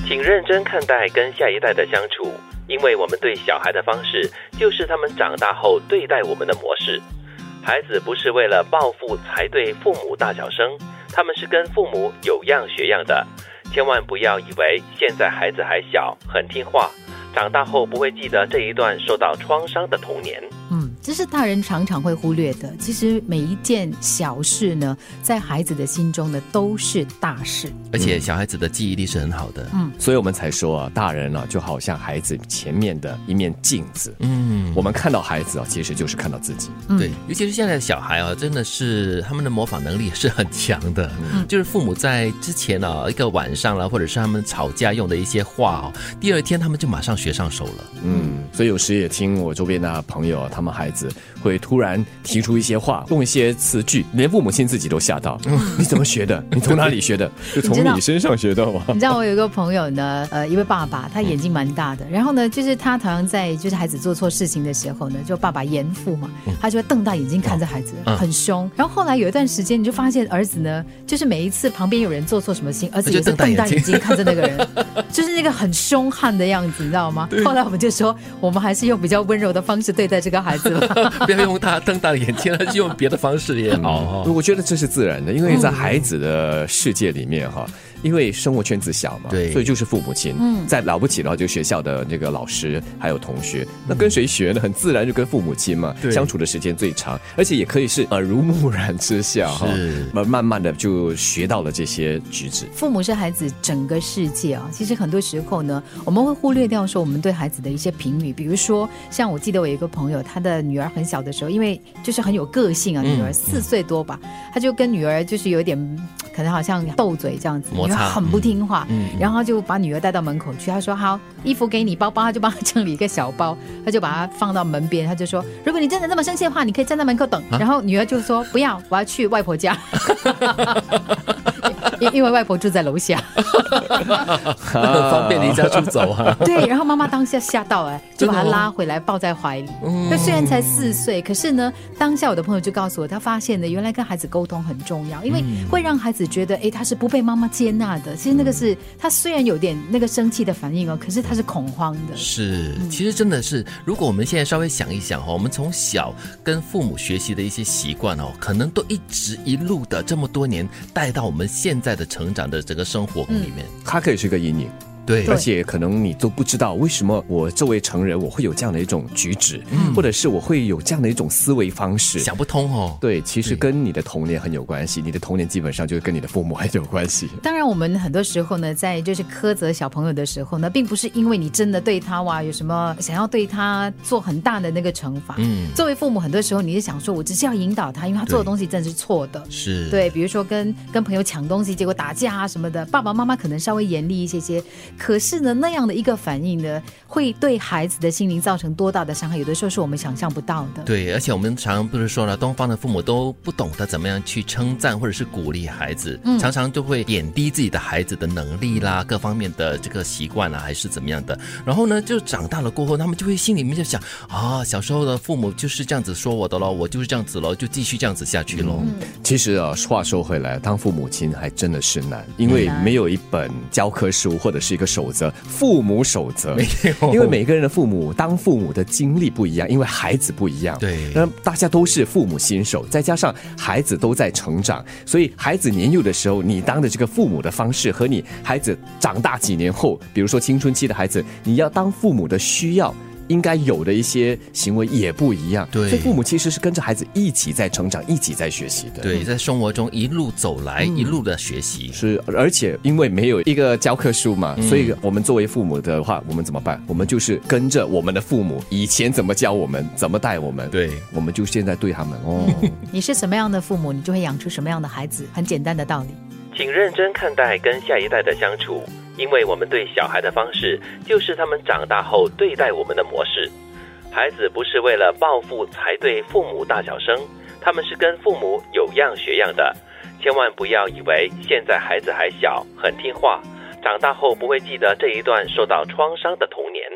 请认真看待跟下一代的相处，因为我们对小孩的方式，就是他们长大后对待我们的模式。孩子不是为了报复才对父母大小声，他们是跟父母有样学样的。千万不要以为现在孩子还小，很听话，长大后不会记得这一段受到创伤的童年。 这是大人常常会忽略的。其实每一件小事呢，在孩子的心中呢，都是大事。 而且小孩子的记忆力是很好的。 所以我们才说啊，大人啊，就好像孩子前面的一面镜子。我们看到孩子啊，其实就是看到自己。 对，尤其是现在的小孩啊，真的是他们的模仿能力是很强的。就是父母在之前啊一个晚上了，或者是他们吵架用的一些话第二天他们就马上学上手了。 所以有时也听我周边的朋友，他们孩子会突然提出一些话，用一些词句，连父母亲自己都吓到。你怎么学的？你从哪里学的？就从你身上学到吗？ 你知道我有一个朋友呢，一位爸爸，他眼睛蛮大的，然后呢，就是他常常在就是孩子做错事情的时候呢，就爸爸严父嘛，他就会瞪大眼睛看着孩子，很凶。然后后来有一段时间，你就发现儿子呢，就是每一次旁边有人做错什么事情，儿子也是瞪大眼睛看着那个人，就是那个很凶悍的样子，你知道吗？后来我们就说，我们还是用比较温柔的方式对待这个孩子吧。 不要用他瞪大眼睛，他是用别的方式也好。 我觉得这是自然的，因为在孩子的世界里面因为生活圈子小嘛， 对， 所以就是父母亲。再了不起的话，就学校的那个老师还有同学，那跟谁学呢？很自然就跟父母亲嘛，相处的时间最长，而且也可以是耳濡目染之下慢慢的就学到了这些举止。 父母是孩子整个世界啊，其实很多时候呢，我们会忽略掉说我们对孩子的一些评语，比如说像我记得我有一个朋友，他的女儿很小的时候，因为就是很有个性啊，女儿4岁多吧，他就跟女儿就是有点可能好像斗嘴这样子，女儿很不听话，然后就把女儿带到门口去，他说好，衣服给你，包包，他就帮他整理一个小包，他就把它放到门边，他就说如果你真的这么生气的话，你可以站在门口等。然后女儿就说不要，我要去外婆家。因为外婆住在楼下， 很方便离家出走对，然后妈妈当下吓到就把她拉回来抱在怀里。那虽然才4岁，可是呢，当下我的朋友就告诉我，他发现呢，原来跟孩子沟通很重要，因为会让孩子觉得他是不被妈妈接纳的。其实那个是他虽然有点那个生气的反应可是他是恐慌的。 是，其实真的是，如果我们现在稍微想一想我们从小跟父母学习的一些习惯可能都一路的这么多年带到我们现在的成长的整个生活里面， 它可以是个阴影。 对， 而且可能你都不知道为什么我作为成人我会有这样的一种举止，或者是我会有这样的一种思维方式， 想不通对，其实跟你的童年很有关系，你的童年基本上就是跟你的父母很有关系。 当然我们很多时候呢，在就是苛责小朋友的时候呢，并不是因为你真的对他有什么想要对他做很大的那个惩罚。作为父母很多时候你是想说我只是要引导他，因为他做的东西真的是错的。 是， 对，比如说跟朋友抢东西结果打架什么的，爸爸妈妈可能稍微严厉一些，可是呢，那样的一个反应呢，会对孩子的心灵造成多大的伤害，有的时候是我们想象不到的。 对，而且我们常不是说了，东方的父母都不懂得怎么样去称赞或者是鼓励孩子，常常就会贬低自己的孩子的能力啦，各方面的这个习惯还是怎么样的。然后呢，就长大了过后，他们就会心里面就想小时候的父母就是这样子说我的咯，我就是这样子咯，就继续这样子下去咯。 其实话说回来，当父母亲还真的是难，因为没有一本教科书或者是一个守则，父母守则，因为每个人的父母当父母的经历不一样，因为孩子不一样， 对， 那大家都是父母新手，再加上孩子都在成长，所以孩子年幼的时候，你当的这个父母的方式和你孩子长大几年后，比如说青春期的孩子，你要当父母的需要应该有的一些行为也不一样。 对， 所以父母其实是跟着孩子一起在成长，一起在学习的。 对，在生活中一路走来，一路的学习。 是，而且因为没有一个教科书嘛，所以我们作为父母的话，我们怎么办？我们就是跟着我们的父母以前怎么教我们，怎么带我们， 对， 我们就现在对他们你是什么样的父母，你就会养出什么样的孩子，很简单的道理。 请认真看待跟下一代的相处，因为我们对小孩的方式，就是他们长大后对待我们的模式。孩子不是为了报复才对父母大小声，他们是跟父母有样学样的。千万不要以为现在孩子还小，很听话，长大后不会记得这一段受到创伤的童年。